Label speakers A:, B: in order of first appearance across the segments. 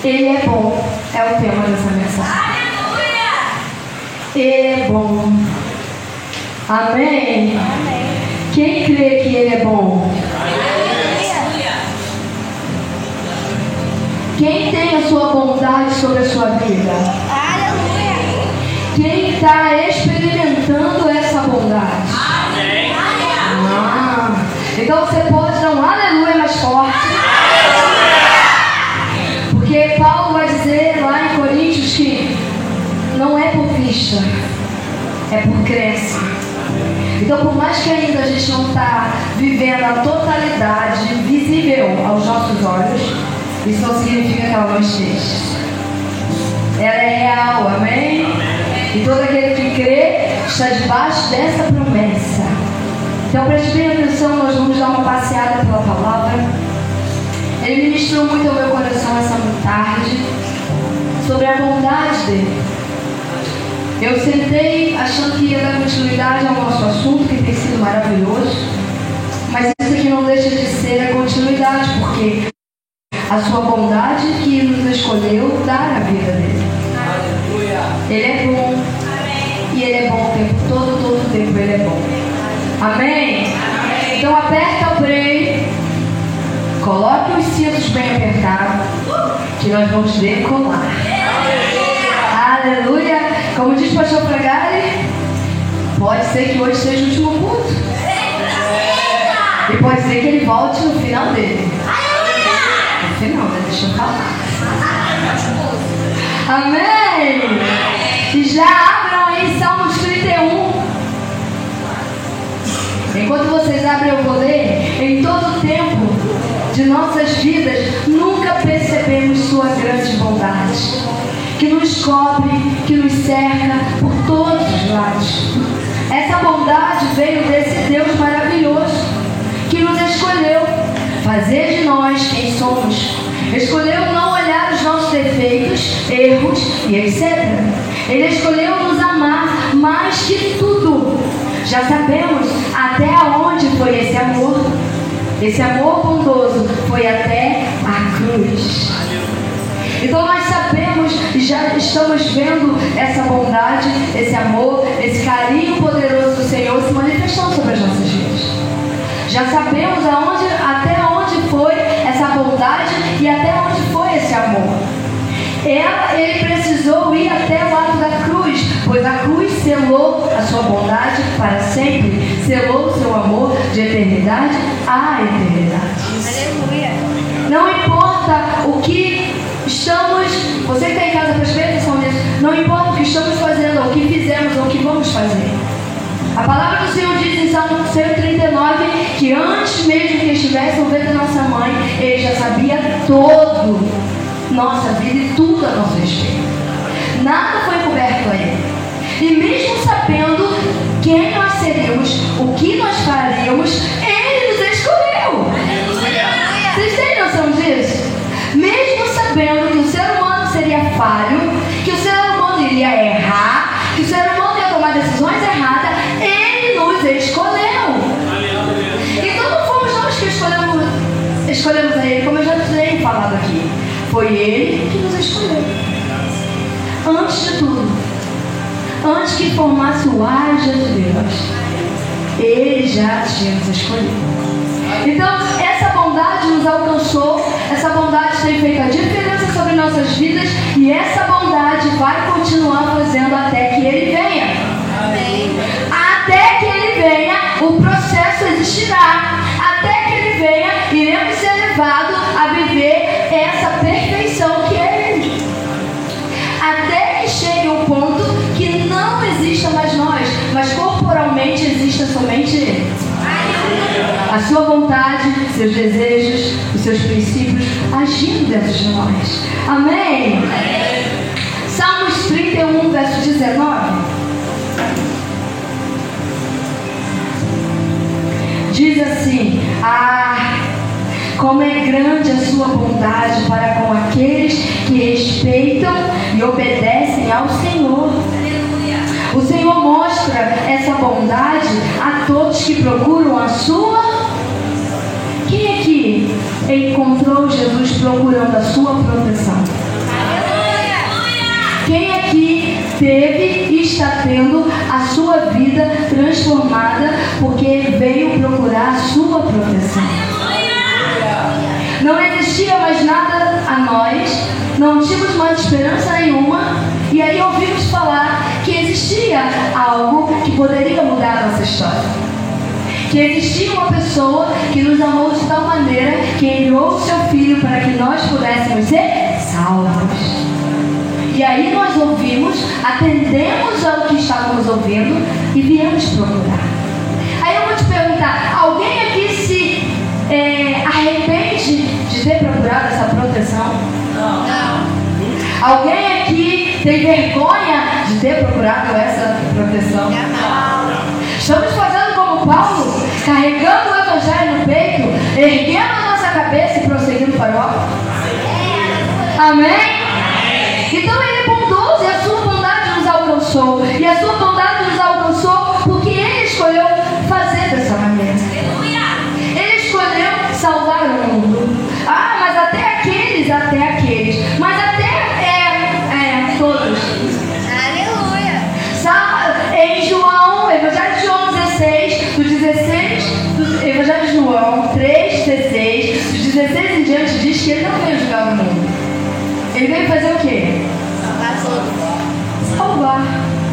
A: Ele é bom, é o tema dessa mensagem. Ele é bom. Amém? Quem crê que Ele é bom? Quem tem a sua bondade sobre a sua vida? Quem está experimentando essa bondade? Então você pode dar um aleluia mais forte. Porque Paulo vai dizer lá em Coríntios que não é por vista, é por crença. Então, por mais que ainda a gente não está vivendo a totalidade visível aos nossos olhos, isso não significa que ela não esteja. Ela é real, amém? E todo aquele que crê está debaixo dessa promessa. Então preste bem atenção, nós vamos dar uma passeada pela palavra. Ele ministrou muito ao meu coração essa tarde sobre a bondade dele. Eu sentei achando que ia dar continuidade ao nosso assunto, que tem sido maravilhoso, mas isso aqui não deixa de ser a continuidade, porque a sua bondade que nos escolheu dar a vida dele. Ele é bom, e Ele é bom o tempo todo o tempo Ele é bom. Amém? Então aperta o play, coloque os cintos bem apertados, que nós vamos decolar. Aleluia! Como diz o pastor Fragari, pode ser que hoje seja o último culto. E pode ser que ele volte no final dele. No final, né? Deixa eu falar. Amém! E já abram aí Salmos 31. Enquanto vocês abrem, eu vou ler. Em todo o tempo de nossas vidas, nunca percebemos sua grande bondade, que nos cobre, que nos cerca por todos os lados. Essa bondade veio desse Deus maravilhoso, que nos escolheu fazer de nós quem somos. Escolheu não olhar os nossos defeitos, erros e etc. Ele escolheu nos amar mais que tudo. Já sabemos até onde foi esse amor. Esse amor bondoso foi até a cruz. Então nós sabemos e já estamos vendo essa bondade, esse amor, esse carinho poderoso do Senhor se manifestando sobre as nossas vidas. Já sabemos até onde foi essa bondade e até onde foi esse amor. Ele precisou ir até o lado da cruz, pois a cruz selou a sua bondade para sempre, selou o seu amor de eternidade a eternidade. Aleluia. Não importa o que estamos, você que está em casa, preste atenção nisso, não importa o que estamos fazendo, ou o que fizemos, ou o que vamos fazer. A palavra do Senhor diz em Salmo 139 que antes mesmo que estivesse no ventre da nossa mãe, Ele já sabia todo nossa vida e tudo a nosso respeito. Nada foi coberto a Ele. E mesmo sabendo quem nós seríamos, o que nós faríamos, Ele nos escolheu. Vocês têm noção disso? Mesmo sabendo que o ser humano seria falho, que o ser humano iria errar, que o ser humano ia tomar decisões erradas, Ele nos escolheu. Então não fomos nós que escolhemos a Ele, como eu já tenho falado aqui. Foi Ele que nos escolheu. Antes de tudo, antes que formasse o haja de Deus, Ele já tinha nos escolhido. Então, essa bondade nos alcançou, essa bondade tem feito a diferença sobre nossas vidas e essa bondade vai continuar fazendo até que Ele venha. Amém. Até que Ele venha, o processo existirá. Até que Ele venha, iremos ser levados a viver essa perfeição que é Ele. Até que chegue um ponto que não exista mais nós, mas corporalmente exista somente Ele. A sua vontade, seus desejos, os seus princípios agindo dentro de nós. Amém? Amém. Salmos 31, verso 19 diz assim: como é grande a sua bondade para com aqueles que respeitam e obedecem ao Senhor. O Senhor mostra essa bondade a todos que procuram a sua. Quem aqui encontrou Jesus procurando a sua proteção? Quem aqui teve e está tendo a sua vida transformada porque veio procurar a sua proteção? Não existia mais nada a nós, não tínhamos mais esperança nenhuma, e aí ouvimos falar que existia algo que poderia mudar a nossa história. Que existia uma pessoa que nos amou de tal maneira que enviou o seu Filho para que nós pudéssemos ser salvos. E aí nós ouvimos, atendemos ao que estávamos ouvindo e viemos procurar. Aí eu vou te perguntar, alguém aqui se arrepende de ter procurado essa proteção? Não. Alguém aqui tem vergonha de ter procurado essa proteção? Não. Estamos fazendo como Paulo, carregando o Evangelho no peito, erguendo a nossa cabeça e prosseguindo para o alto. Amém? Então ele é bondoso e a sua bondade nos alcançou. E a sua bondade nos alcançou porque ele escolheu fazer dessa maneira. Ele escolheu salvar o mundo. Ah, mas até aqueles. Mas até todos.
B: Aleluia.
A: Em João, Evangelho de João 16, do Evangelho de João 3:16, dos 16 em diante, diz que ele não veio julgar o mundo. Ele veio fazer o quê? Salvar.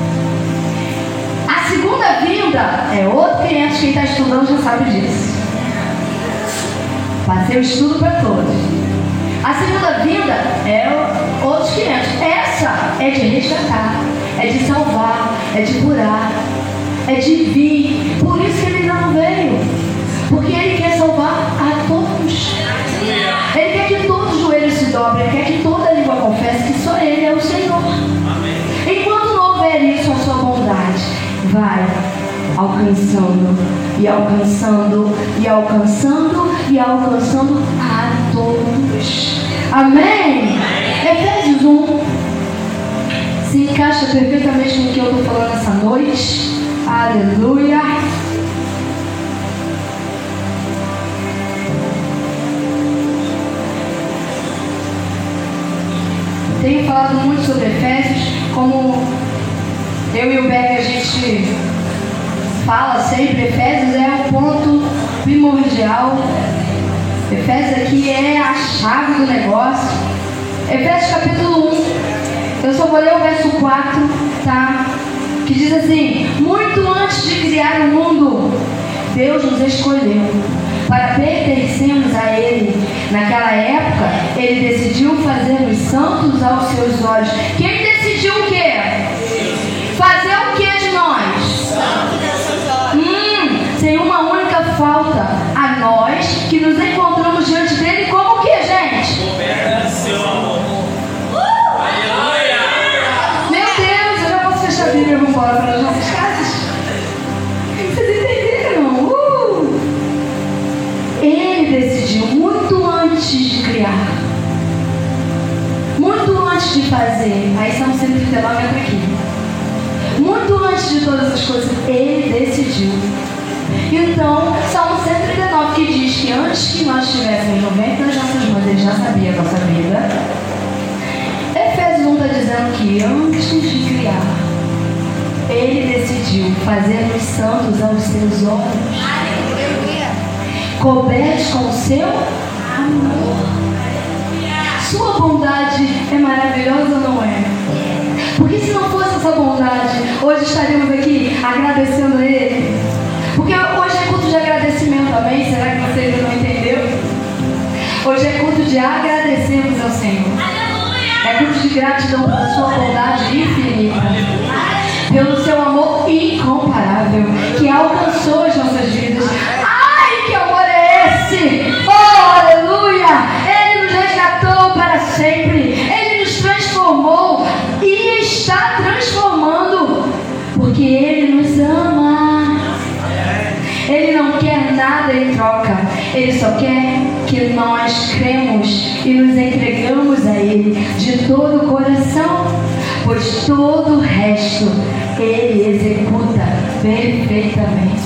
A: A segunda vinda é outro 500, quem está estudando já sabe disso. Passei o estudo para todos. A segunda vinda é outros 500. Essa é de resgatar, é de salvar, é de curar, é de vir. Por isso que ele não veio. Porque ele quer salvar a todos. Ele quer que todo o joelho se dobre, ele quer que toda língua confesse que só ele é o Senhor. Enquanto não houver isso, a sua bondade vai alcançando e alcançando e alcançando e alcançando a todos. Amém? Efésios 1 se encaixa perfeitamente no que eu estou falando essa noite. Aleluia. Tenho falado muito sobre Efésios, como eu e o Berg a gente fala sempre, Efésios é o ponto primordial. Efésios aqui é a chave do negócio. Efésios capítulo 1, eu só vou ler o verso 4, tá? Que diz assim: muito antes de criar o mundo, Deus nos escolheu para pertencermos a Ele. Naquela época, Ele decidiu fazer-nos santos aos seus olhos. Quem decidiu o quê? Fazer o que de nós? Sem uma única falta. A nós que nos encontramos diante dele como o que, gente? Meu Deus, eu já posso fechar a Bíblia e vamos embora para as nossas casas? Vocês entenderam? Ele decidiu muito antes de criar, muito antes de fazer. Aí Salmo 139 entra aqui. Muito antes de todas as coisas, ele decidiu. Então, Salmo 139 que diz que antes que nós estivéssemos no ventre das nossas mães, ele já sabia a nossa vida. Efésios 1 está dizendo que antes de criar, ele decidiu fazer-nos santos aos seus olhos, cobertos com o seu amor. Sua bondade é maravilhosa ou não é? Porque se não fosse essa bondade, hoje estaríamos aqui agradecendo a Ele. Porque hoje é culto de agradecimento, amém? Será que você ainda não entendeu? Hoje é culto de agradecermos ao Senhor. É culto de gratidão pela sua bondade infinita, pelo seu amor incomparável, que alcançou as nossas vidas. Ai, que amor é esse? Oh, aleluia! Ele nos resgatou para sempre. Ele nos transformou e está transformando, porque Ele nos ama. Ele não quer nada em troca. Ele só quer que nós cremos e nos entregamos a Ele de todo o coração, pois todo o resto Ele executa perfeitamente.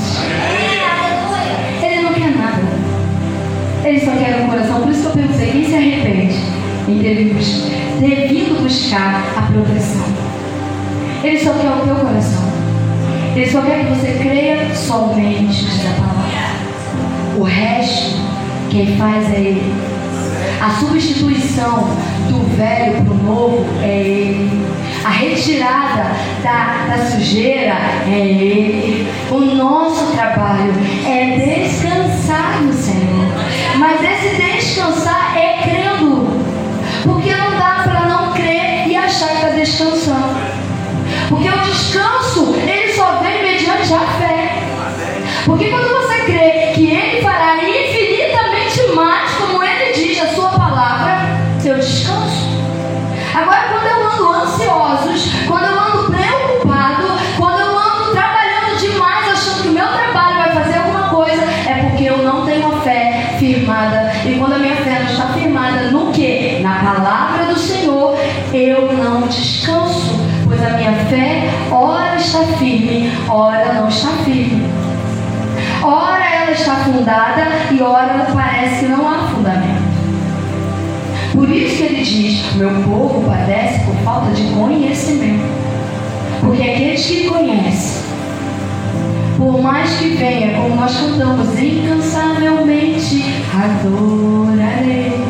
A: Ele não quer nada. Ele só quer um coração. Por isso que eu perguntei, quem se arrepende? em ter vindo buscar a proteção. Ele só quer o teu coração. Ele só quer que você creia somente na palavra. O resto, quem faz é Ele. A substituição do velho para o novo é Ele. A retirada da sujeira é Ele. O nosso trabalho é descansar no Senhor. Mas esse descansar é crendo. Porque não dá para não crer e achar que está descansando. Porque o descanso, ele só vem mediante a fé. Porque quando você crê que Ele fará infinitamente mais, como Ele diz na sua palavra, eu descanso. Agora, quando eu ando ansiosos, quando eu ando preocupado, quando eu ando trabalhando demais, achando que o meu trabalho vai fazer alguma coisa, é porque eu não tenho a fé firmada. E quando a minha fé não está firmada no quê? Na palavra do Senhor, eu não descanso. Pois a minha fé, ora está firme, ora não está firme. Ora ela está fundada e ora parece que não há fundamento. Por isso que ele diz: meu povo padece por falta de conhecimento. Porque aqueles que conhecem, por mais que venha, como nós cantamos, incansavelmente adorarei.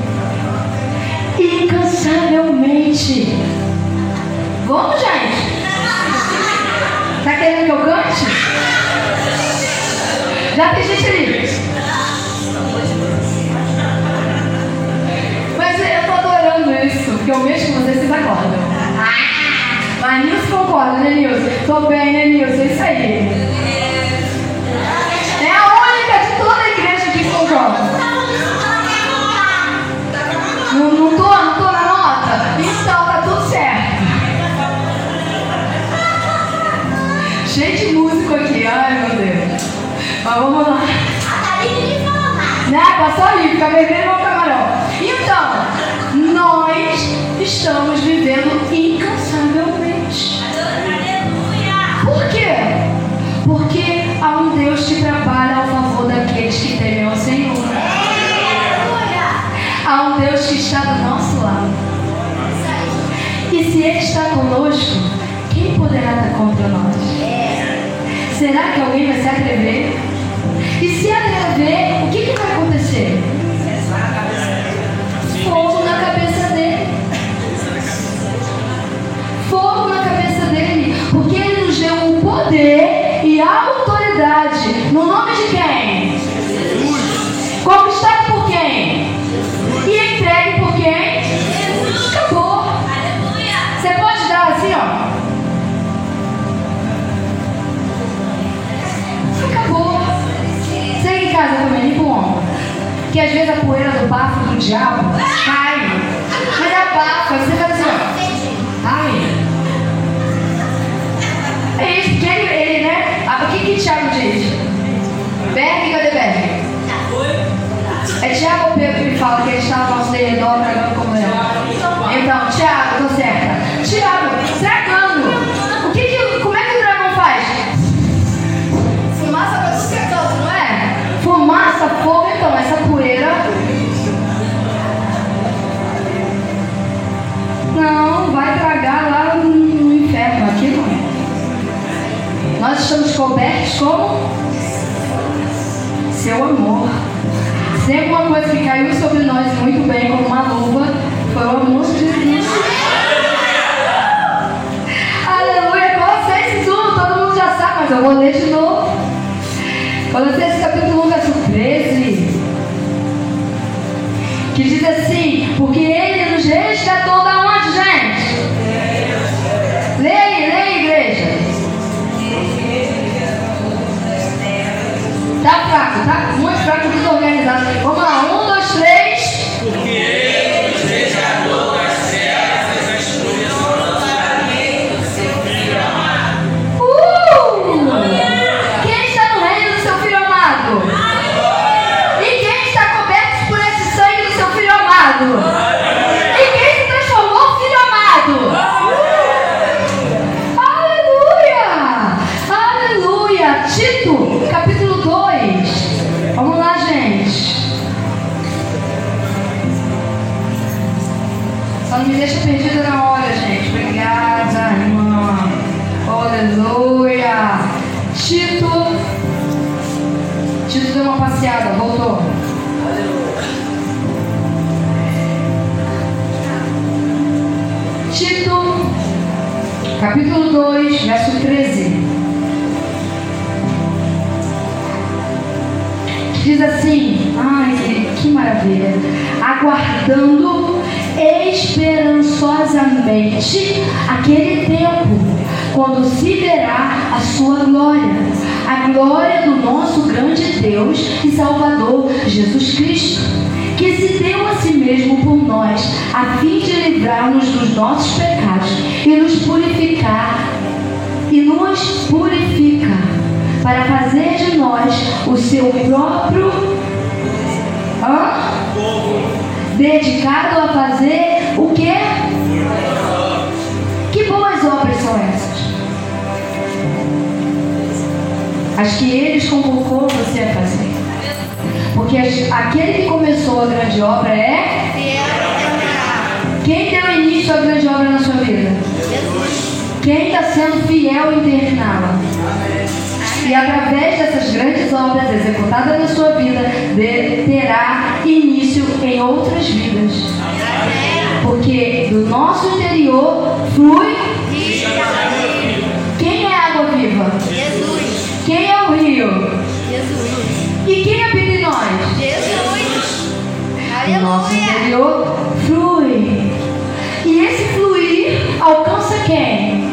A: Incansavelmente. Vamos, gente? Tá querendo que eu cante? Já tem gente ali. Mas eu tô adorando isso, porque eu mexo com vocês acordam. Mas Nilson concorda, né, Nilson? Tô bem, né, Nilson? É isso aí. É a única de toda a igreja que concorda. Não tô na nota? Então tá tudo certo. Cheio de músico aqui, ai meu Deus. Mas vamos lá. Né? Passou ali, fica bebendo no camarão. Então, nós estamos vivendo incansavelmente. Por quê? Porque há um Deus que trabalha ao favor daqueles que temem ao Senhor. Há um Deus que está do nosso lado. E se Ele está conosco, quem poderá estar contra nós? Será que alguém vai se atrever? E se atrever, o que vai acontecer? Fogo na cabeça dele. Fogo na cabeça dele. Porque Ele nos deu o poder e a autoridade. No nome de quem? Jesus. Conquistado por quem? E entregue por quem? Jesus. Acabou. Aleluia. Você pode dar assim, ó. Acabou. Você em casa também, limpa o ombro. Que às vezes a poeira do bafo do diabo cai. Mas é abafa, você faz assim, ó. Ai. É isso, porque ele né? O que Tiago diz? Berg, cadê Berg? É Tiago ou Pedro que me fala que ele está ao nosso redor tragando como leão? Então, Tiago, tô certa. Tiago, tragando. Como é que o dragão faz? Fumaça pra tudo que é canto, não é? Fumaça, fogo, então, essa poeira. Não, vai tragar lá no inferno, aqui não é. Nós estamos cobertos como? Seu amor. Se tem alguma coisa que caiu sobre nós muito bem, como uma luva, foi o amor de Jesus. Aleluia, Colossenses 1, todo mundo já sabe, mas eu vou ler de novo. Colossenses capítulo 1, versículo 13, que diz assim: porque Ele nos resgatou da onde, gente? Leia, igreja. Tá fraco, tá muito fraco, desorganizado. Vamos lá, 1, 2, 3.
C: Porque Ele nos resgatou das trevas da exposição totalmente do seu Filho amado.
A: Quem está no reino do seu Filho amado? E quem está coberto por esse sangue do seu Filho amado? tinha perdido na hora, gente. Obrigada, irmã. Aleluia. Tito deu uma passeada, voltou. Tito, capítulo 2, verso 13. Diz assim, ai, que maravilha. Aguardando esperançosamente aquele tempo, quando se verá a sua glória, a glória do nosso grande Deus e Salvador Jesus Cristo, que se deu a si mesmo por nós, a fim de livrar-nos dos nossos pecados e nos purifica, para fazer de nós o seu próprio dedicado a fazer o quê? Que boas obras são essas? As que eles convocou você a fazer. Porque aquele que começou a grande obra é? Quem deu início à grande obra na sua vida? Quem está sendo fiel em terminá-la? E através dessas grandes obras executadas na sua vida, terá início em outras vidas. Porque do nosso interior flui. Quem é a água viva?
B: Jesus.
A: Quem é o rio?
B: Jesus.
A: E quem habita em nós?
B: Jesus.
A: O nosso interior flui. E esse fluir alcança quem?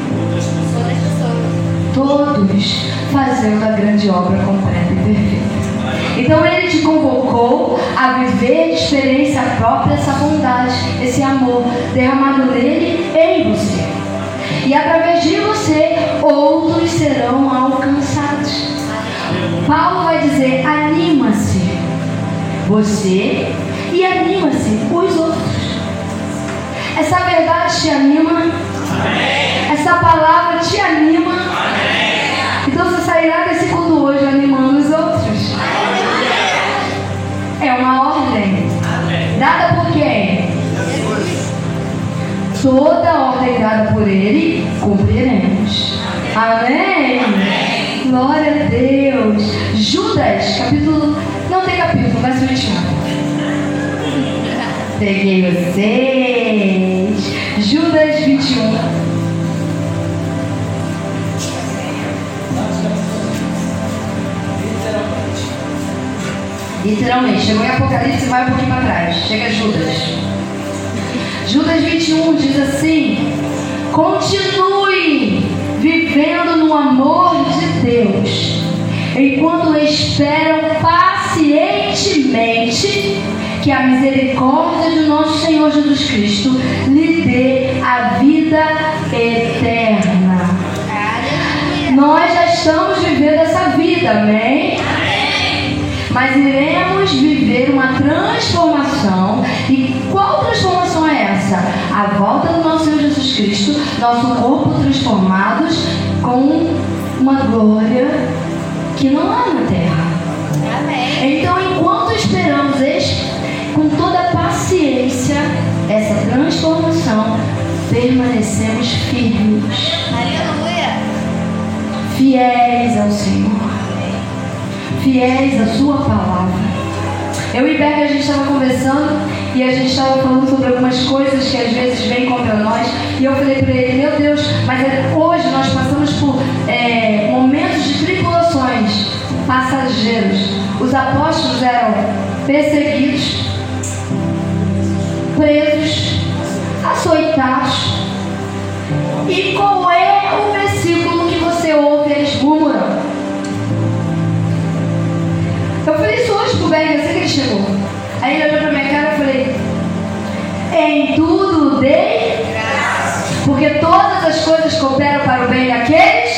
A: Todos, fazendo a grande obra completa e perfeita. Então ele te convocou a viver de experiência própria essa bondade, esse amor derramado nele em você. E através de você, outros serão alcançados. Paulo vai dizer, anima-se você e anima-se os outros. Essa verdade te anima? Amém. Essa palavra te anima? Amém. Então você sairá desse culto hoje animando os outros. Amém. É uma ordem. Amém. Dada por quem? Jesus. Toda ordem dada por ele, cumpriremos. Amém. Amém. Glória a Deus. Judas, capítulo... Não tem capítulo, verso 21. Peguei vocês. Judas 21. Literalmente. Chegou em Apocalipse e vai um pouquinho para trás. Chega Judas. Judas 21 diz assim: continue vivendo no amor de Deus, enquanto esperam pacientemente que a misericórdia de nosso Senhor Jesus Cristo lhe dê a vida eterna. Nós já estamos vivendo essa vida, amém? Mas iremos viver uma transformação. E qual transformação é essa? A volta do nosso Senhor Jesus Cristo, nosso corpo transformados com uma glória que não há na terra. Então, enquanto esperamos com toda a paciência essa transformação, permanecemos firmes.
B: Aleluia.
A: Fiéis ao Senhor. Fiéis à sua palavra. Eu e Berga, a gente estava conversando e a gente estava falando sobre algumas coisas que às vezes vêm contra nós. E eu falei para ele, meu Deus, mas hoje nós passamos por momentos de tribulações passageiros. Os apóstolos eram perseguidos, presos, açoitados. E qual é o versículo que você ouve eles murmurando? Eu falei isso hoje pro Berg, assim que ele chegou. Aí ele olhou pra minha cara e falei: em tudo dei graças, porque todas as coisas cooperam para o bem daqueles.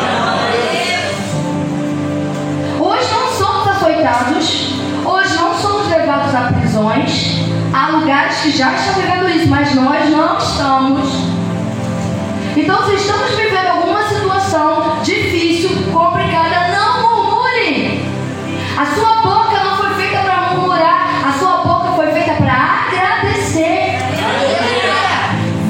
A: Hoje não somos açoitados, hoje não somos levados a prisões. Há lugares que já estão vivendo isso, mas nós não estamos. Então, se estamos vivendo alguma situação difícil, complicada, não murmure. A sua boca não foi feita para murmurar, a sua boca foi feita para agradecer.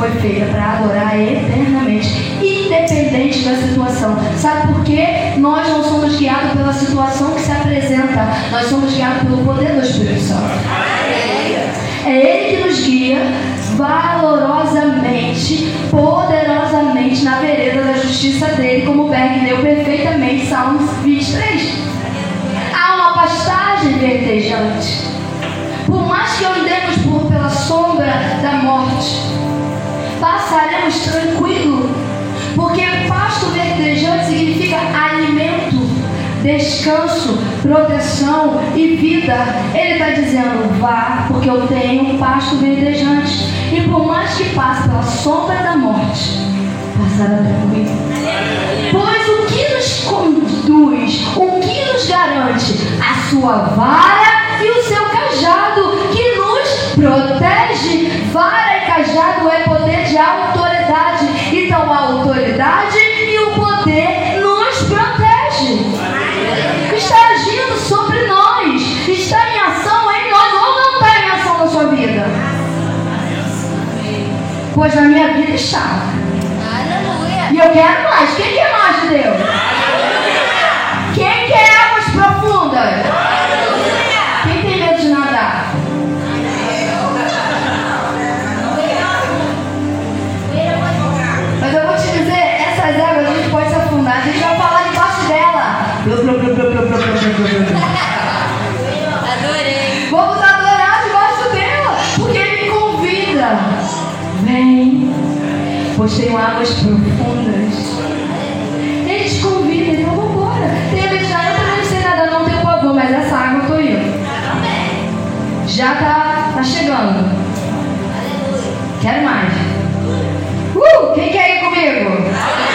A: foi feita para adorar eternamente, independente da situação. Sabe por quê? Nós não somos guiados pela situação que se apresenta, nós somos guiados pelo poder do Espírito Santo. É Ele que nos guia valorosamente, poderosamente na vereda da justiça dele, como o Berg leu perfeitamente Salmos 23. Há uma pastagem verdejante. Por mais que andemos pela sombra da morte, passaremos tranquilo, porque pasto verdejante significa alimento, descanso, proteção e vida. Ele está dizendo: vá, porque eu tenho um pasto verdejante. E por mais que passe pela sombra da morte, passará tranquilo. Pois o que nos conduz, o que nos garante? A sua vara e o seu cajado, que nos protege. Vara e cajado é poder de autoridade. Então a autoridade e o poder nos protege. Está agindo sobre nós, está em ação em nós, ou não está em ação na sua vida? Pois na minha vida está. E eu quero mais. Quem quer mais de Deus? Quem quer águas profundas? Quem tem medo de nadar? Mas eu vou te dizer, essas águas a gente pode se afundar, a gente vai falar debaixo dela.
B: Adorei.
A: Vamos adorar debaixo dela, porque Ele me convida. Vem, pois tenho águas profundas. Ele te convida, então vamos embora. Tem vezes já eu também não sei nada, não tenho pavor, mas essa água eu tô indo. Já tá chegando. Quero mais. Quem quer ir comigo?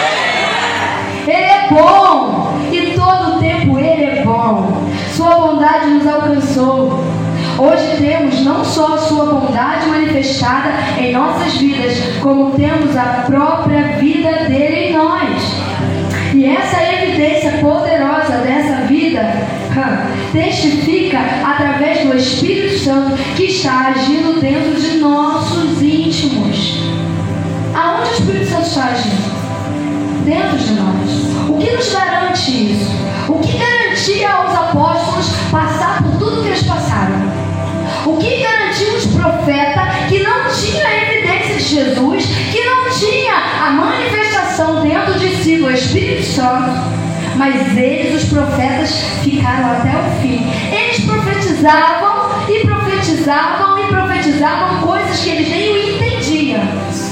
A: Ele é bom, e todo o tempo Ele é bom. Sua bondade nos alcançou. Hoje temos não só a sua bondade manifestada em nossas vidas, como temos a própria vida dele em nós. E essa evidência poderosa dessa vida testifica através do Espírito Santo que está agindo dentro de nossos íntimos. Aonde o Espírito Santo está agindo? Dentro de nós. O que nos garante isso? O que garantia aos apóstolos passar por tudo que eles passaram? O que garantia os profetas que não tinha a evidência de Jesus, que não tinha a manifestação dentro de si do Espírito Santo, mas eles, os profetas, ficaram até o fim. Eles profetizavam e profetizavam e profetizavam coisas que eles nem entendiam,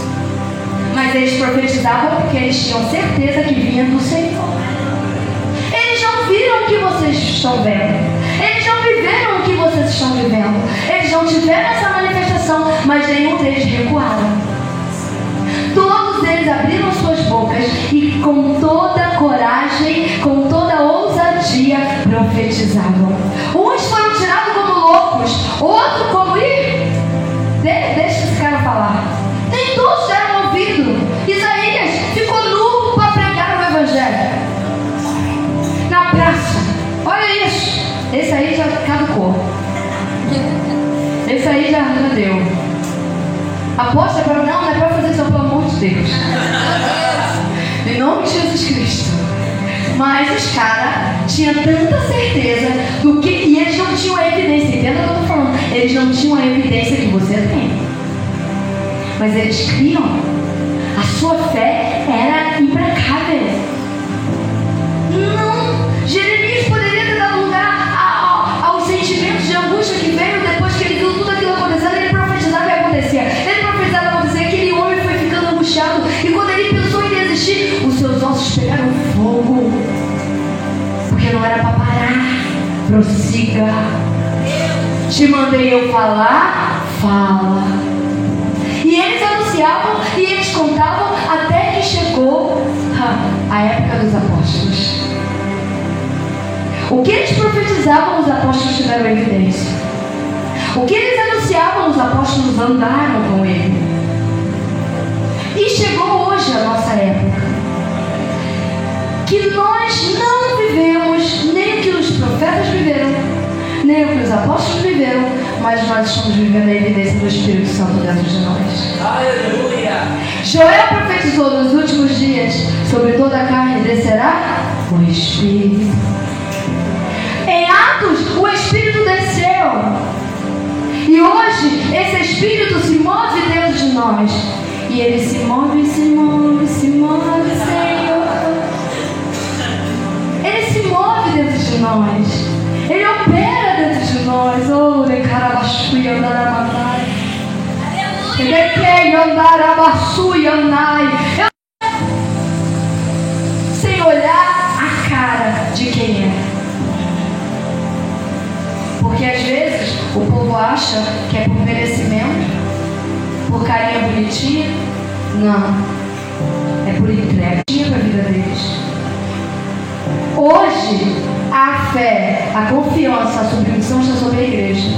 A: mas eles profetizavam porque eles tinham certeza que vinha do Senhor. Eles não viram o que vocês estão vendo, eles não viveram o que vocês estão vivendo, eles não tiveram essa manifestação, mas nenhum deles recuaram. Todos eles abriram suas bocas e com toda coragem, com toda ousadia profetizavam. Uns foram tirados como loucos, outros como deixa esse cara falar. Nem todos deram ouvido. Isaías ficou nu para pregar o Evangelho na praça. Olha isso. Esse aí já caducou. Esse aí já deu. Aposta para não é para fazer só pelo amor de Deus. Em nome de Jesus Cristo. Mas os caras tinham tanta certeza do que. E eles não tinham a evidência. Entenda o que eu estou falando. Eles não tinham a evidência que você tem. Mas eles criam. A sua fé era implacável. Não. Jeremias poderia ter dado lugar aos sentimentos de angústia que veio depois que ele viu tudo aquilo acontecendo. Ele profetizava e acontecia. Ele profetizava e acontecia. Aquele homem foi ficando angustiado. E quando ele pensou em desistir, os seus ossos pegaram fogo. Porque não era para parar. Prossiga. Te mandei eu falar, fala. E eles anunciavam e eles contavam até que chegou a época dos apóstolos. O que eles profetizavam, os apóstolos tiveram evidência. O que eles anunciavam, os apóstolos andaram com ele. E chegou hoje a nossa época, que nós não vivemos nem o que os profetas viveram, nem o que os apóstolos viveram, mas nós estamos vivendo a evidência do Espírito Santo dentro de nós.
C: Aleluia.
A: Joel profetizou nos últimos dias: sobre toda a carne descerá o Espírito. Em Atos, o Espírito desceu. E hoje, esse Espírito se move dentro de nós. E ele se move, se move, se move, Senhor. Ele se move dentro de nós. Ele opera dentro de nós. Oh, de carabassu e andaramanai. De andarabassu e andai. Sem olhar a cara de quem é. Porque às vezes o povo acha que é por merecimento, por carinha bonitinha. Não. É por entrega para a vida deles. Hoje, a fé, a confiança, a submissão está sobre a igreja.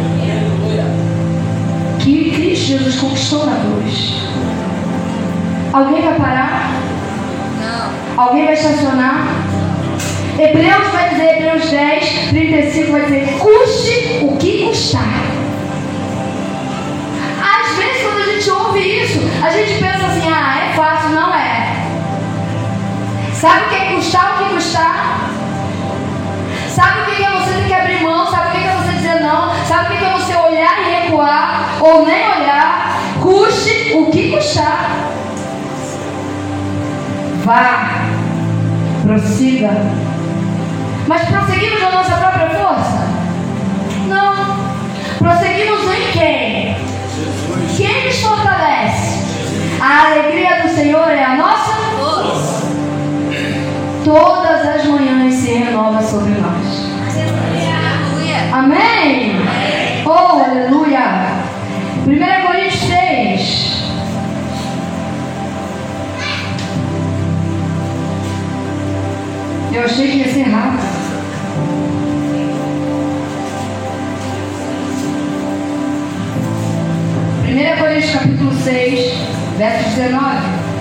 A: Que Cristo Jesus conquistou na cruz. Alguém vai parar?
B: Não.
A: Alguém vai estacionar? Hebreus vai dizer, Hebreus 10, 35 vai dizer: custe o que custar. Às vezes quando a gente ouve isso, a gente pensa assim: ah, é fácil. Não é. Sabe o que é custar o que custar? Sabe o que é você ter que abrir mão? Sabe o que é você dizer não? Sabe o que é você olhar e recuar? Ou nem olhar? Custe o que custar. Vá. Prossiga. Mas prosseguimos na nossa própria força? Não. Prosseguimos em quem? Jesus. Quem nos fortalece? A alegria do Senhor é a nossa força. Todas as manhãs se renova sobre nós.
B: Aleluia.
A: Amém? Oh, aleluia. 1 Coríntios 6. Eu achei que ia ser rápido. Coríntios capítulo 6, verso 19.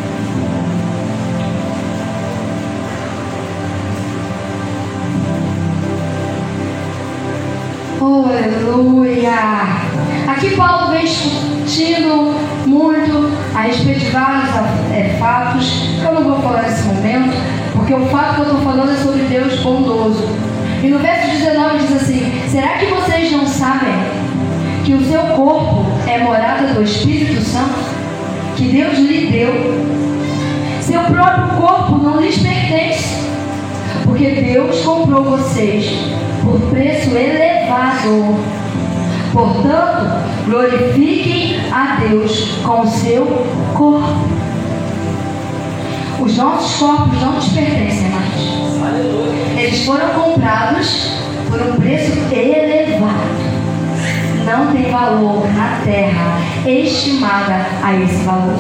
A: Oh, aleluia! Aqui Paulo vem discutindo muito a respeito de vários fatos. Eu não vou falar nesse momento, porque o fato que eu estou falando é sobre Deus bondoso. E no verso 19 diz assim: será que vocês não sabem que o seu corpo é morada do Espírito Santo, que Deus lhe deu? Seu próprio corpo não lhes pertence, porque Deus comprou vocês por preço elevado. Portanto, glorifiquem a Deus com o seu corpo. Os nossos corpos não nos pertencem mais. Eles foram comprados por um preço elevado. Não tem valor na terra estimada a esse valor.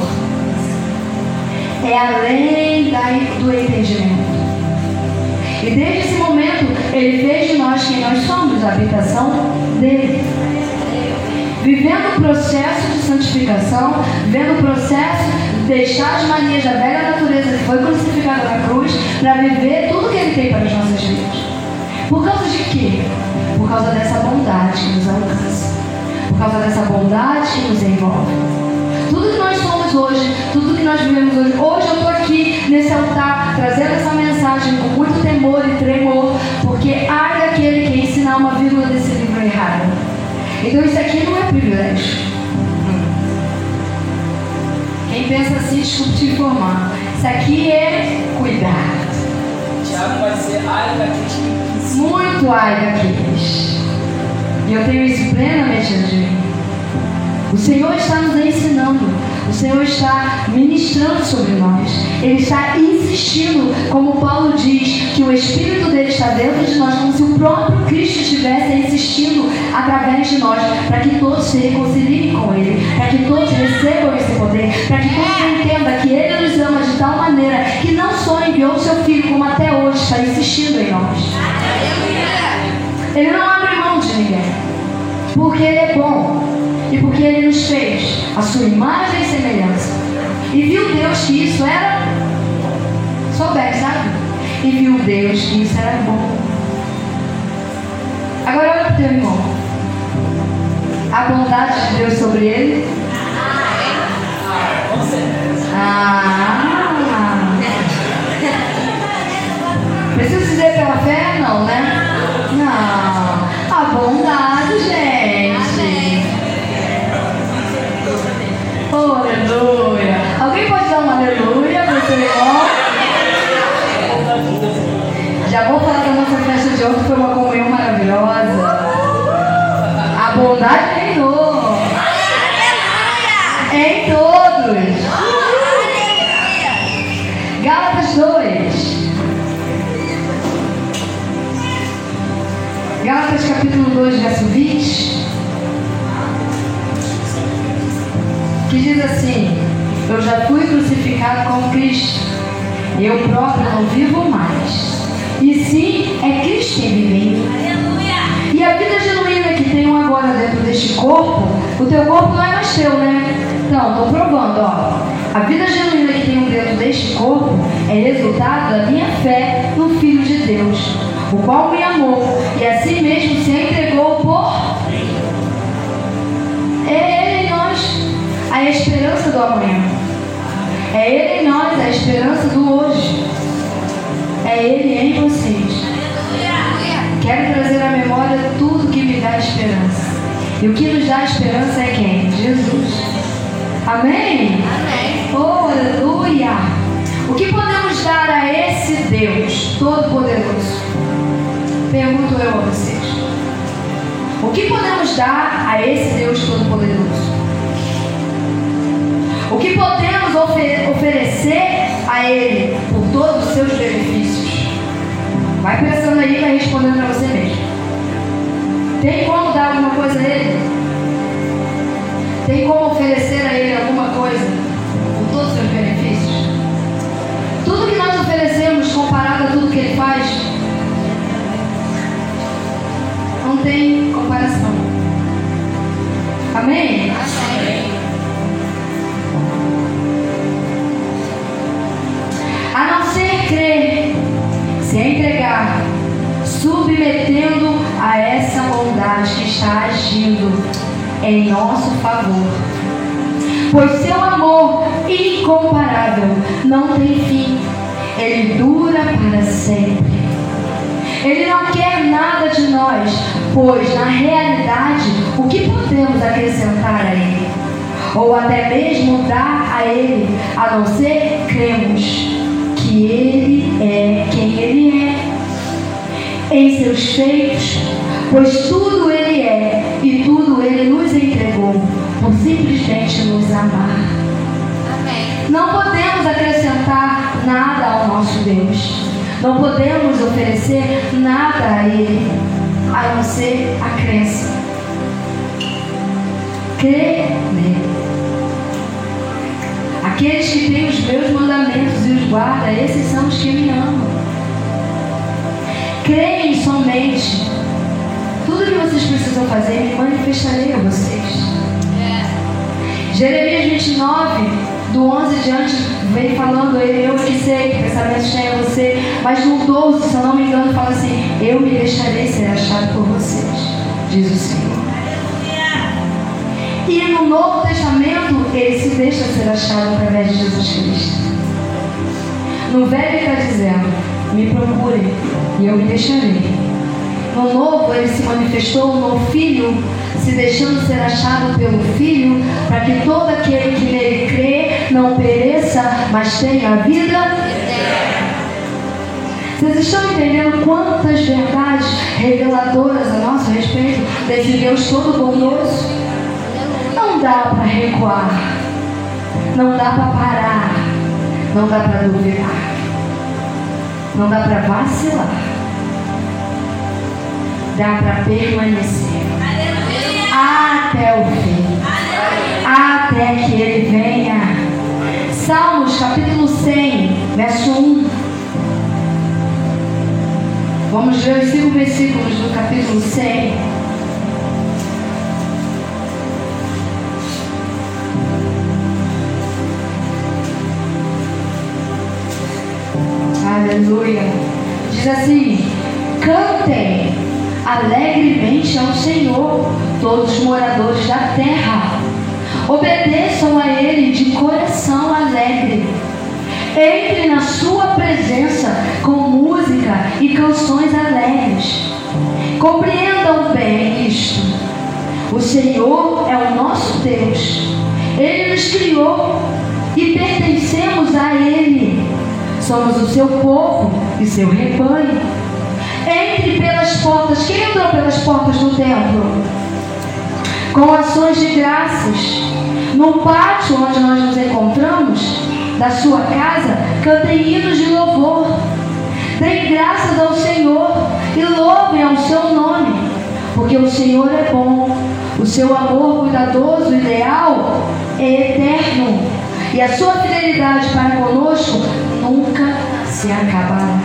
A: É além do entendimento. E desde esse momento, Ele fez de nós quem nós somos, a habitação dEle. Vivendo o processo de santificação, vivendo o processo de deixar as manias da velha natureza que foi crucificada na cruz, para viver tudo que Ele tem para as nossas vidas. Por causa de quê? Por causa dessa bondade que nos alcança. Por causa dessa bondade que nos envolve. Tudo que nós somos hoje, tudo que nós vivemos hoje. Hoje eu estou aqui nesse altar, trazendo essa mensagem com muito temor e tremor, porque ai daquele que ensinar uma vírgula desse livro errado. Então isso aqui não é privilégio. Quem pensa assim, desculpe te informar. Isso aqui é cuidado.
C: Tiago vai ser ai daqueles que...
A: Muito ai daqueles. E eu tenho isso plenamente dentro de mim. O Senhor está nos ensinando. O Senhor está ministrando sobre nós. Ele está insistindo, como Paulo diz, que o Espírito dele está dentro de nós, como se o próprio Cristo estivesse insistindo através de nós, para que todos se reconciliem com Ele, para que todos recebam esse poder, para que todos entendam que Ele nos ama de tal maneira que não só enviou o seu Filho, como até hoje está insistindo em nós. Ele não abre mão de ninguém, porque Ele é bom. E porque Ele nos fez a sua imagem e semelhança. E viu Deus que isso era só bem, sabe? E viu Deus que isso era bom. Agora olha para o teu irmão. a bondade de Deus sobre ele? Preciso dizer pela fé? Não, né? Não. A bondade, gente. Oh, aleluia. Alguém pode dar um aleluia para o seu irmão? Já vou falar da nossa festa de ontem, foi uma comunhão maravilhosa. A bondade reinou em todos. Gálatas 2. Gálatas capítulo 2, verso 20. Que diz assim: eu já fui crucificado com Cristo. Eu próprio não vivo mais. E sim, é Cristo quem vive em mim. E a vida genuína que tenho agora dentro deste corpo, o teu corpo não é mais teu, né? Então, estou provando, ó. A vida genuína que tenho dentro deste corpo é resultado da minha fé no Filho de Deus, o qual me amou e a si mesmo se entregou por... É Ele em nós a esperança do amanhã. É Ele em nós a esperança do hoje. É Ele em vocês. Quero trazer à memória tudo que me dá esperança. E o que nos dá esperança é quem? Jesus. Amém?
B: Amém.
A: Oh, aleluia! O que podemos dar a esse Deus Todo-Poderoso? Pergunto eu a vocês. O que podemos dar a esse Deus Todo-Poderoso? O que podemos oferecer a Ele por todos os seus benefícios? Vai pensando aí e vai respondendo para você mesmo. Tem como dar alguma coisa a Ele? Tem como oferecer a Ele alguma coisa por todos os seus benefícios? Tudo que nós oferecemos comparado a tudo que Ele faz, não tem comparação. Amém?
B: Amém.
A: A não ser crer, se entregar, submetendo a essa bondade que está agindo em nosso favor. Pois seu amor incomparável não tem fim, ele dura para sempre. Ele não quer nada de nós, pois na realidade, o que podemos acrescentar a Ele? Ou até mesmo dar a Ele, a não ser cremos que Ele é quem Ele é, em seus feitos, pois tudo Ele é e tudo Ele nos entregou, por simplesmente nos amar.
B: Amém.
A: Não podemos acrescentar nada ao nosso Deus. Não podemos oferecer nada a Ele, a não ser a crença. Crer nele. Aqueles que têm os meus mandamentos e os guardam, esses são os que me amam. Creem somente. Tudo que vocês precisam fazer, me manifestarei a vocês. Jeremias 29, do 11 diante, vem falando, eu que sei que pensamentos têm a você, mas no 12, se eu não me engano, fala assim: eu me deixarei ser achado por vocês, diz o Senhor. E no Novo Testamento, ele se deixa ser achado através de Jesus Cristo. No Velho ele está dizendo: me procure e eu me deixarei. No Novo ele se manifestou no Filho, se deixando ser achado pelo Filho, para que todo aquele que nele crê não pereça, mas tenha a vida. Vocês estão entendendo quantas verdades reveladoras a nosso respeito desse Deus todo bondoso? Não dá para recuar, não dá para parar, não dá para duvidar, não dá para vacilar, dá para permanecer até o fim, até que Ele venha. Salmos capítulo 100, verso 1. Vamos ver os 5 versículos do capítulo 100. Aleluia. Diz assim: cantem alegremente ao Senhor, todos os moradores da terra. Obedeçam a Ele de coração alegre. Entre na sua presença com música e canções alegres. Compreendam bem isto. O Senhor é o nosso Deus. Ele nos criou e pertencemos a Ele. Somos o seu povo e seu rebanho. Entre pelas portas. Quem entrou pelas portas do templo? Com ações de graças. No pátio onde nós nos encontramos, da sua casa, cantem hinos de louvor. Deem graças ao Senhor e louvem ao seu nome, porque o Senhor é bom. O seu amor cuidadoso e leal é eterno, e a sua fidelidade para conosco nunca se acabará.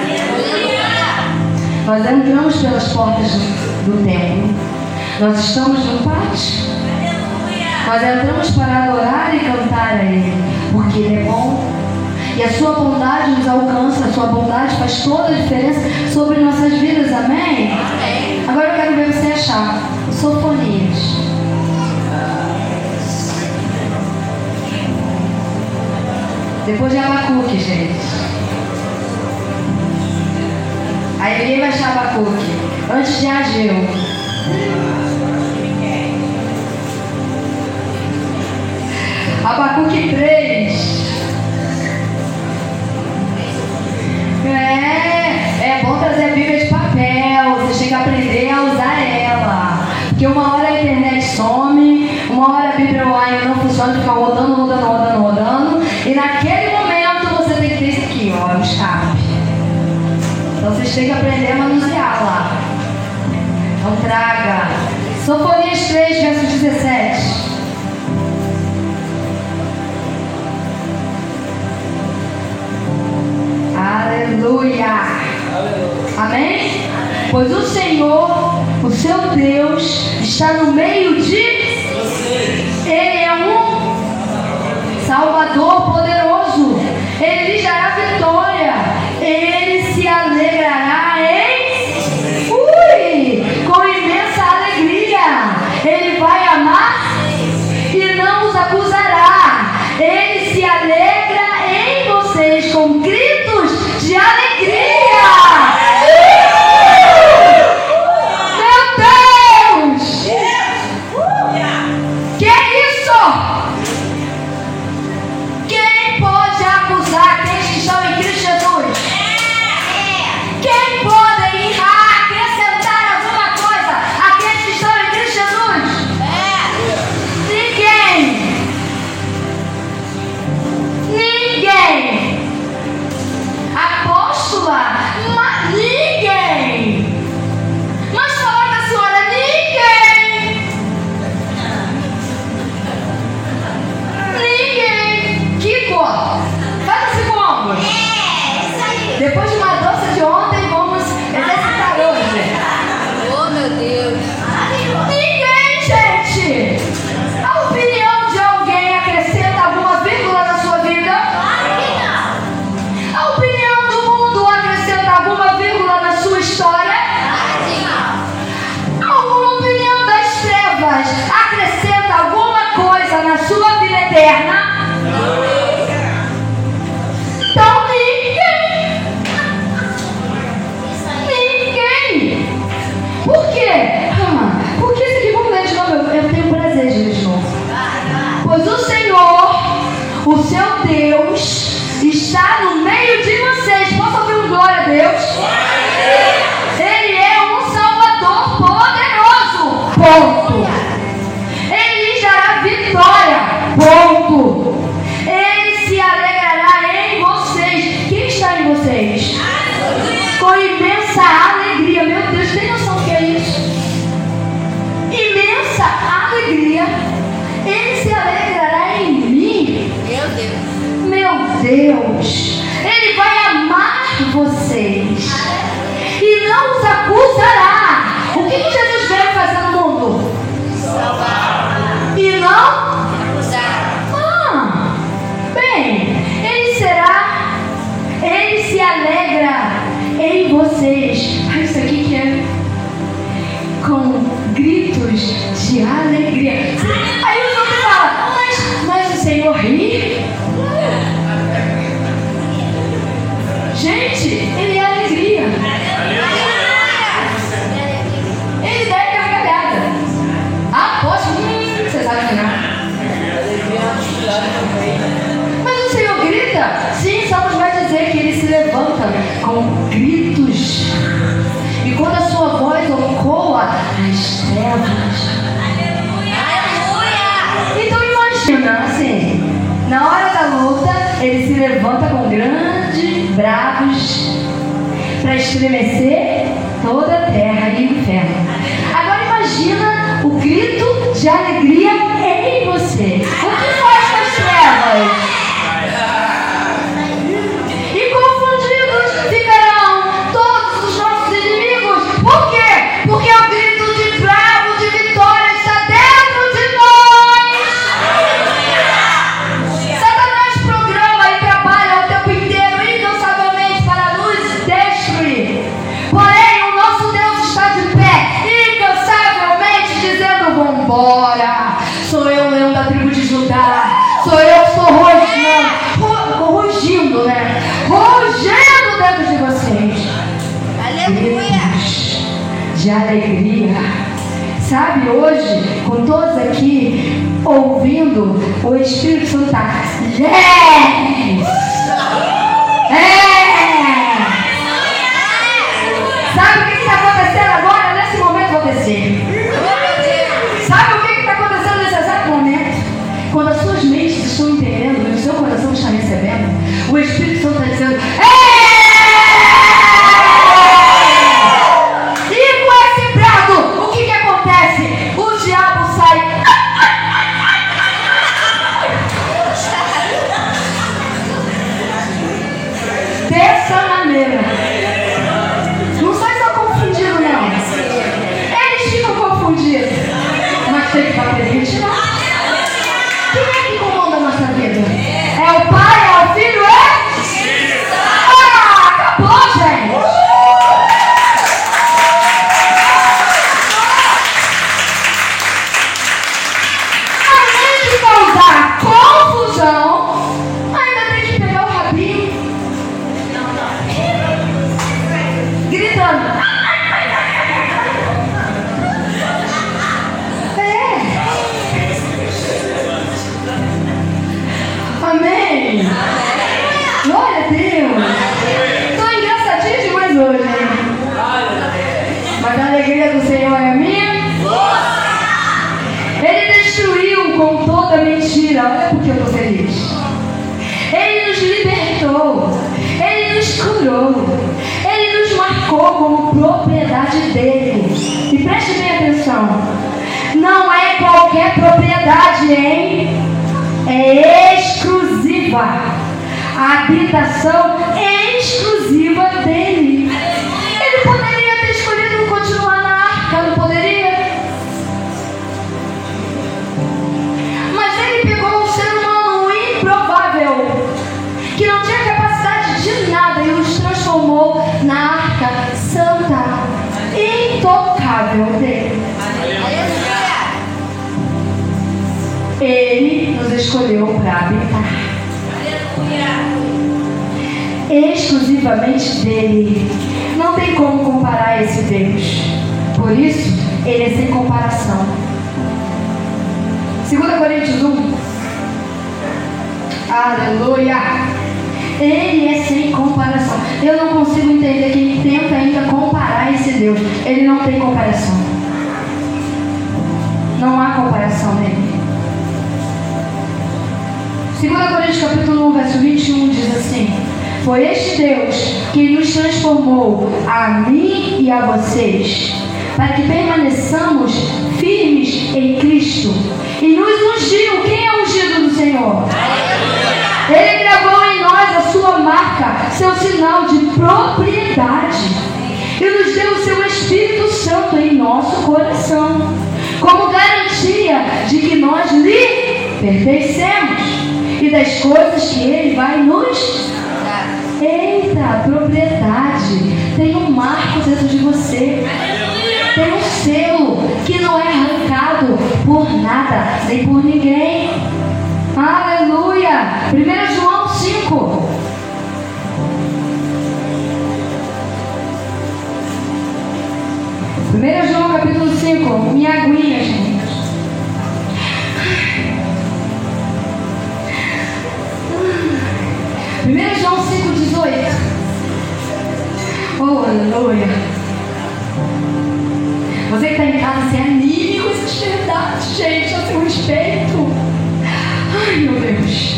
A: Nós entramos pelas portas do templo. Nós estamos no pátio. Nós entramos para adorar e cantar a Ele, porque Ele é bom. E a sua bondade nos alcança. A sua bondade faz toda a diferença sobre nossas vidas. Amém?
B: Amém.
A: Agora eu quero ver você achar o Sofonias. Depois de Abacuque, gente. Aí ninguém vai achar Abacuque. Antes de Ageu. Abacuque 3. É bom trazer a Bíblia de papel. Você chega a aprender a usar ela. Porque uma hora a internet some, uma hora a Bíblia online não funciona, fica rodando. E naquele momento você tem que ter isso aqui, ó, o escape. Então vocês têm que aprender a manusear lá. Então traga. Sofonias 3, verso 17. Aleluia. Amém? Pois o Senhor, o seu Deus, está no meio de vocês. Ele é um Salvador poderoso. Ele lhes dará vitória. Ele se alegrará com imensa alegria. Ele vai amar e não os acusará. Ele se alegra em vocês com gritos de alegria. Meu Deus! Que isso? Quem pode acusar aqueles que estão em Cristo Jesus? Quem pode acrescentar alguma coisa àqueles que estão em Cristo Jesus? Ninguém. Apóstola, ninguém. Mas fala da senhora, ninguém. Kiko, faz assim com ombros. Depois de uma dança de ontem, vamos exercitar hoje.
B: Oh, meu Deus.
A: Ninguém, gente. A opinião de alguém acrescenta alguma vírgula na sua vida? A opinião do mundo acrescenta alguma vírgula na sua história? Alguma opinião das trevas acrescenta alguma coisa na sua vida eterna? Então ninguém. Por quê? Porque isso aqui, vamos ler de novo. Eu tenho prazer de ler de novo. Pois o Senhor, o seu Deus, está no meio de vocês. Posso ouvir um glória a Deus? Ele é um Salvador poderoso. Ponto. Ele lhes dará vitória. Ponto. Ele se alegrará em vocês. Quem está em vocês? Com imensa alegria. Meu Deus, tem noção do que é isso? Imensa alegria. Ele se alegrará em mim.
B: Meu Deus.
A: Meu Deus. Ele vai amar vocês e não os acusará. O que Jesus veio fazer no mundo?
B: Salvar.
A: E não?
B: Acusar.
A: Bem, ele se alegra em vocês. Isso aqui que é com gritos de alegria. Aí os outros falam, mas o Senhor ri? Gente, Ele é alegria. Ele dá gargalhada. Poxa, você sabe que não. Mas o Senhor grita. Sim, Salmos vai dizer que Ele se levanta com gritos. E quando a sua voz ecoa nas trevas. Então imagina, assim, na hora da luta, Ele se levanta com grandes bravos para estremecer toda a terra e o inferno. Agora imagina o grito de alegria em você. O que faz com as trevas? E confundidos ficarão todos os nossos inimigos. Por quê? Porque o grito de bravo, de vitória está dentro de nós. Satanás programa e trabalha o tempo inteiro, incansavelmente, para nos destruir. Porém, o nosso Deus está de pé, incansavelmente, dizendo: vambora. Sou eu, leão da tribo de Judá. Sou eu que estou rugindo, né? Rugendo dentro de vocês.
B: Aleluia.
A: De alegria. Sabe, hoje, com todos aqui ouvindo, o Espírito Santo está. Yes! Sabe o que está acontecendo agora, nesse momento acontecer? Sabe o que está acontecendo nesse exato momento? Quando as suas mentes estão entendendo e o seu coração está recebendo, o Espírito Santo está dizendo: e com esse brado, o que acontece? O diabo sai. Dessa maneira. Não sai só confundido, não. Eles ficam confundidos. Mas tem que estar presente, não. Quem é que comanda a nossa vida? É o Pai, é o Filho, é? Acabou, gente. Além de causar confusão, ainda tem que pegar o rabinho, gritando. Amém. Glória a Deus. Estou engraçadinho demais hoje, hein? Mas a alegria do Senhor é minha. Ele destruiu com toda mentira. Olha porque eu estou feliz. Ele nos libertou. Ele nos curou. Ele nos marcou como propriedade dele. E preste bem atenção. Não é qualquer propriedade, hein? É exclusiva. A habitação é exclusiva dele. Ele poderia ter escolhido continuar na arca, não poderia? Mas ele pegou um ser humano improvável, que não tinha capacidade de nada, e os transformou na arca santa, intocável dele. Ele nos escolheu para habitar. Exclusivamente dele. Não tem como comparar esse Deus. Por isso, ele é sem comparação. 2 Coríntios 1. Aleluia. Ele é sem comparação. Eu não consigo entender quem tenta ainda comparar esse Deus. Ele não tem comparação. Não há comparação nele. 2 Coríntios capítulo 1, verso 21 diz assim: foi este Deus que nos transformou, a mim e a vocês, para que permaneçamos firmes em Cristo, e nos ungiu. Quem é ungido do Senhor? Ele gravou em nós a sua marca, seu sinal de propriedade, e nos deu o seu Espírito Santo em nosso coração, como garantia de que nós lhe pertencemos e das coisas que ele vai nos dar. Eita, propriedade. Tem um marco dentro de você. Tem um selo que não é arrancado. abalado por nada, nem por ninguém. Aleluia! 1 João 5. João capítulo 5. Minha aguinha, gente. João 5,18. Oh, aleluia. Você que está em casa, se anime com essas verdades, gente, a seu respeito. Ai, meu Deus.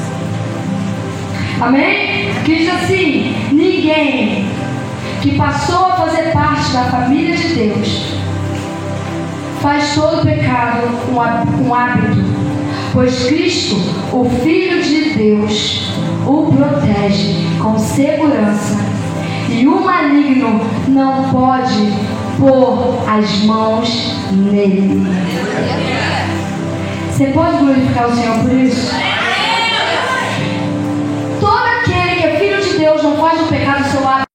A: Amém? Que diz assim: ninguém que passou a fazer parte da família de Deus faz todo pecado um hábito, pois Cristo, o Filho de Deus, o protege com segurança, e o maligno não pode pôr as mãos nele. Você pode glorificar o Senhor por isso? Todo aquele que é filho de Deus não faz do pecado seu hábito.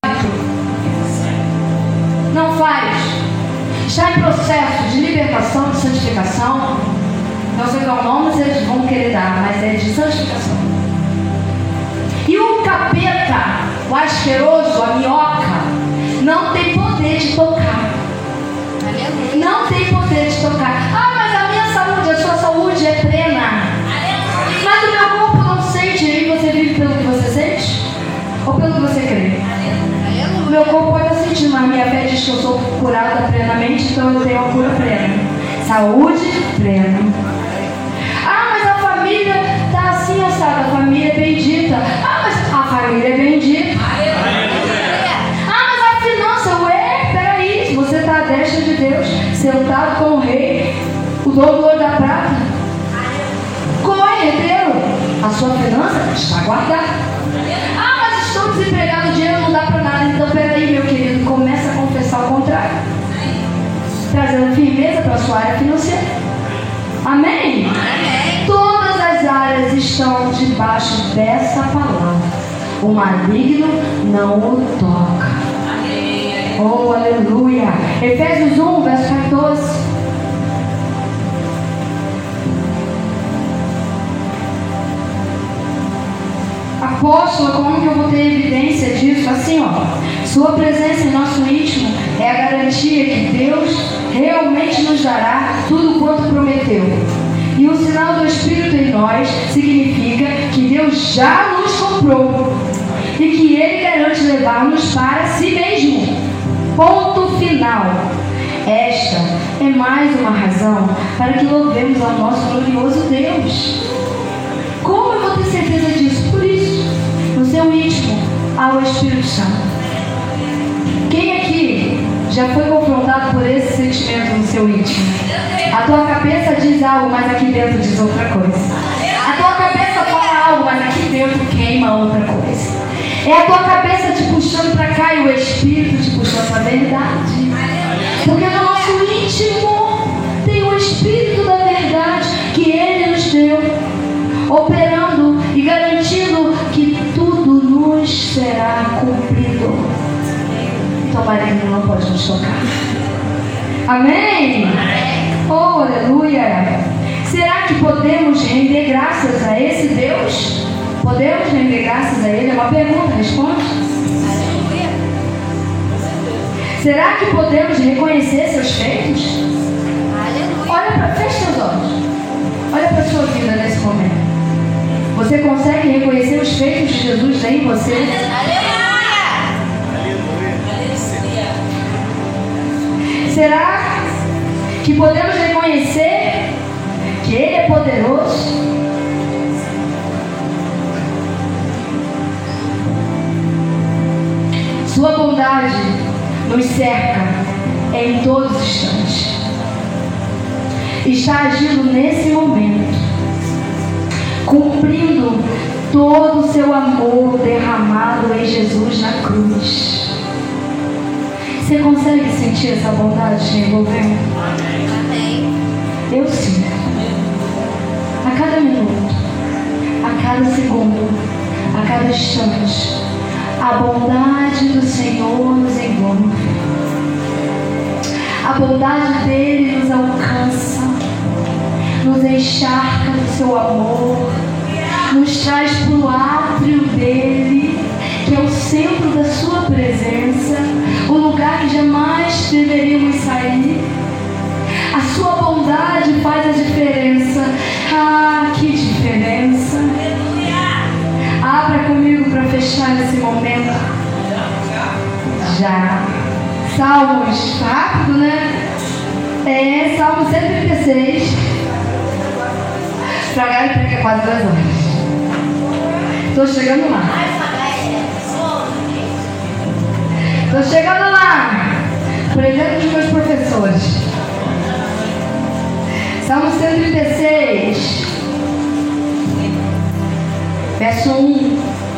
A: Não faz. Está em processo de libertação, de santificação. Não sei qual nome vocês vão querer dar, mas é de santificação. E o capeta, o asqueroso, a minhoca, não tem poder de tocar. Não tem poder de tocar. Ah, mas a minha saúde, a sua saúde é plena. Mas o meu corpo não sente. E você vive pelo que você sente? Ou pelo que você crê? O meu corpo pode sentir, mas minha fé diz que eu sou curada plenamente, então eu tenho a cura plena. Saúde plena. Ah, mas a família está assim, assada. A família é bendita. Ah, mas a família é bendita. Ah, mas a finança, ué, peraí. Você está à destra de Deus, sentado com o rei, o dono do ouro da prata. Corre, herdeiro. A sua finança está guardada. Ah, mas estou desempregado, o dinheiro não dá para nada. Então, peraí, meu querido, começa a confessar o contrário, trazendo firmeza para a sua área financeira. Amém? Amém? Todas as áreas estão debaixo dessa palavra. O maligno não o toca. Amém. Oh, aleluia. Efésios 1, verso 14. Apóstolo, como que eu vou ter evidência disso? Assim, ó, sua presença em nosso íntimo é a garantia que Deus realmente nos dará tudo quanto prometeu. E o sinal do Espírito em nós significa que Deus já nos comprou e que Ele garante levar-nos para si mesmo. Ponto final. Esta é mais uma razão para que louvemos ao nosso glorioso Deus. Como eu vou ter certeza disso? Por isso, no seu íntimo há o Espírito Santo. Quem aqui já foi confrontado por esse sentimento no seu íntimo? A tua cabeça diz algo, mas aqui dentro diz outra coisa. A tua cabeça fala algo, mas aqui dentro queima outra coisa. É a tua cabeça te puxando para cá e o Espírito te puxando para a verdade. Porque no nosso íntimo tem o Espírito da verdade que Ele nos deu, operando e garantindo que tudo nos será cumprido. Então o maligno não pode nos tocar. Amém? Oh, aleluia! Será que podemos render graças a esse Deus? Podemos render graças a Ele? É uma pergunta, responde. Será que podemos reconhecer seus feitos? Feche seus olhos. Olha para a sua vida nesse momento. Você consegue reconhecer os feitos de Jesus em você? Será que podemos reconhecer que Ele é poderoso? Sua bondade nos cerca em todos os instantes. Está agindo nesse momento, cumprindo todo o seu amor derramado em Jesus na cruz. Você consegue sentir essa bondade te envolvendo? Amém. Eu sinto. A cada minuto, a cada segundo, a cada instante, a bondade do Senhor nos envolve. A bondade dele nos alcança, nos encharca do seu amor, nos traz para o átrio dele, que é o centro da sua presença, o lugar que jamais deveríamos sair. A sua bondade faz a diferença. Ah, que diferença! Abra comigo para fechar esse momento. Já. Salmos, rápido, né? Salmo 136. Estragaram e pega quase 2 horas. Estou chegando lá. Estou chegando lá. Presente dos meus professores. Salmo 136. Verso 1.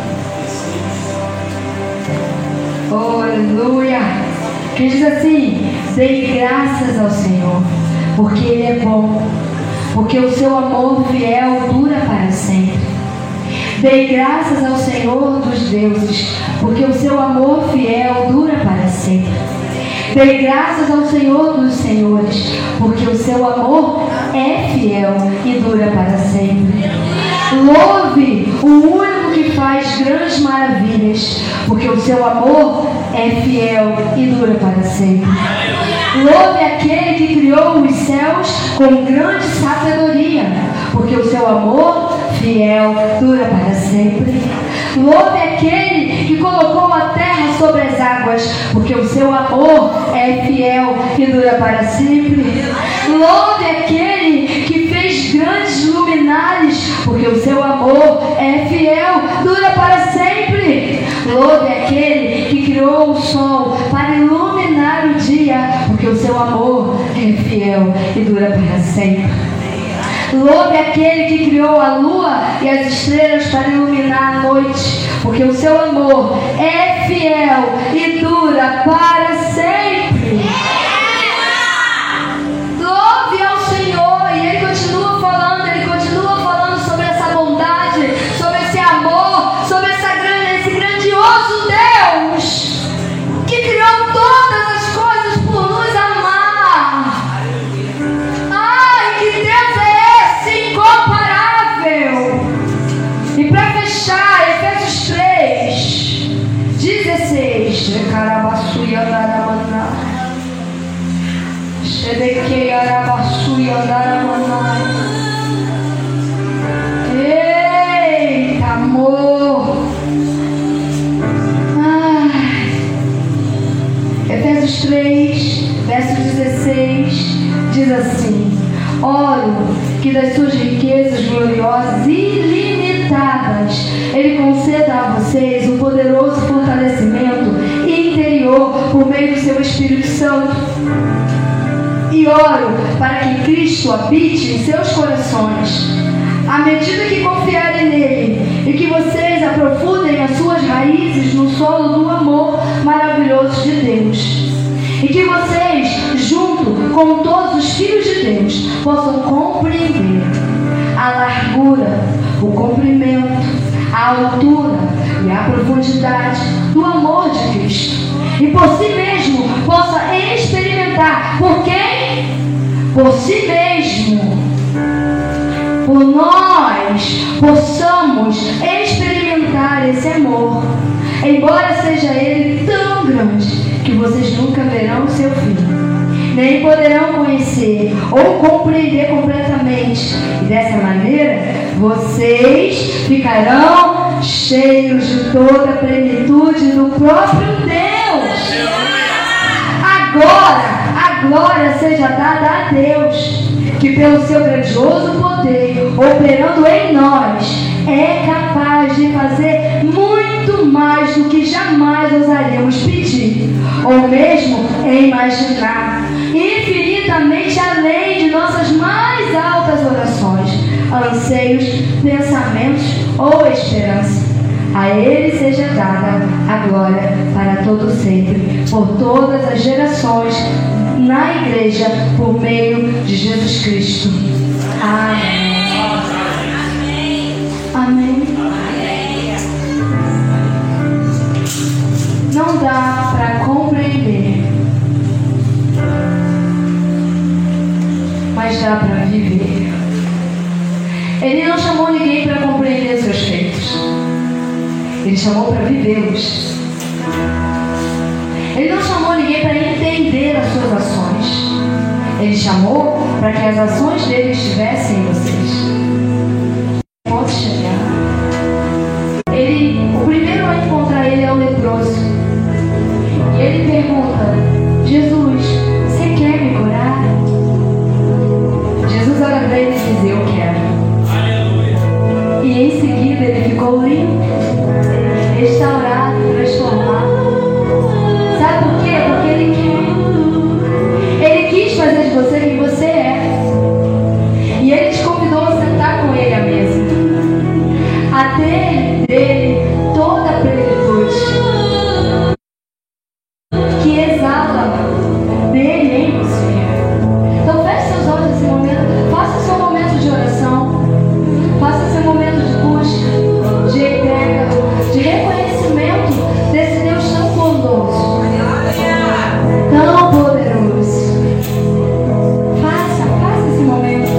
A: Oh, aleluia. Que diz assim: dei graças ao Senhor, porque Ele é bom, porque o seu amor fiel dura para sempre. Dei graças ao Senhor dos deuses, porque o seu amor fiel dura para sempre. Dei graças ao Senhor dos senhores, porque o seu amor é fiel e dura para sempre. Louve o único que faz grandes maravilhas, porque o seu amor é fiel e dura para sempre. Louve aquele que criou os céus com grande sabedoria, porque o seu amor fiel dura para sempre. Louve aquele que colocou a terra sobre as águas, porque o seu amor é fiel e dura para sempre. Louve aquele que fez grandes luminares, porque o seu amor é fiel, dura para sempre. Louve aquele que criou o sol para iluminar o dia, porque o seu amor é fiel e dura para sempre. Louve aquele que criou a lua e as estrelas para iluminar a noite, porque o seu amor é fiel e dura para sempre. Louve ao Senhor, e Ele continua falando sobre essa bondade, sobre esse amor, sobre esse grandioso Deus que criou todas as coisas por nos amar. Ai, que Deus é esse incomparável! E para fechar, Efésios 3, 16. Eita, amor! Ai. Efésios 3, verso 16, diz assim: oro que das suas riquezas gloriosas e ilimitadas Ele conceda a vocês um poderoso fortalecimento interior por meio do seu Espírito Santo. E oro para que Cristo habite em seus corações, à medida que confiarem nele, e que vocês aprofundem as suas raízes no solo do amor maravilhoso de Deus. E que vocês, junto com todos os filhos de Deus, possam compreender a largura, o comprimento, a altura e a profundidade do amor de Cristo. E por si mesmo possa experimentar. Por quem? Por si mesmo. Por nós possamos experimentar esse amor, embora seja ele tão grande que vocês nunca verão o seu fim, nem poderão conhecer ou compreender completamente. E dessa maneira vocês ficarão cheios de toda a plenitude do próprio Deus. Agora a glória seja dada a Deus, que pelo seu grandioso poder, operando em nós, é capaz de fazer muito mais do que jamais ousaríamos pedir, ou mesmo imaginar, infinitamente além de nossas mais altas orações, anseios, pensamentos ou esperança. A Ele seja dada a glória para todo sempre, por todas as gerações, na igreja, por meio de Jesus Cristo. Amém. Amém. Não dá para compreender Ele não chamou ninguém para compreender seus feitos. Ele chamou para vivê-los. Ele não chamou ninguém para entender as suas ações. Ele chamou para que as ações dele estivessem em vocês. Pode chegar. O primeiro a encontrar ele é o leproso. E ele pergunta: Jesus, você quer me curar? Jesus olha para ele e diz: eu quero. Aleluia. E em seguida ele ficou limpo, restaurado, transformado. Sabe por quê? Porque ele quer. Ele quis fazer de você quem você é. E ele te convidou a sentar com ele à mesa, a ter dele toda a plenitude que exala dele em você. Então feche seus olhos nesse momento, faça seu momento de oração, faça seu momento de busca, de entrega, de reconhecimento desse Deus tão bondoso, tão poderoso. Faça esse momento.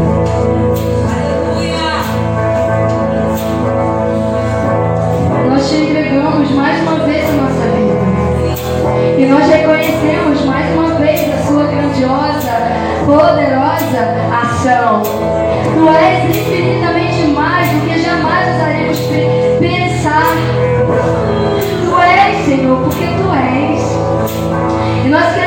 A: Nós te entregamos mais uma vez a nossa vida. E nós reconhecemos mais uma vez a sua grandiosa, poderosa ação. Tu és infinitamente mais do que jamais ousaremos pensar. Tu és, Senhor, porque Tu és. E nós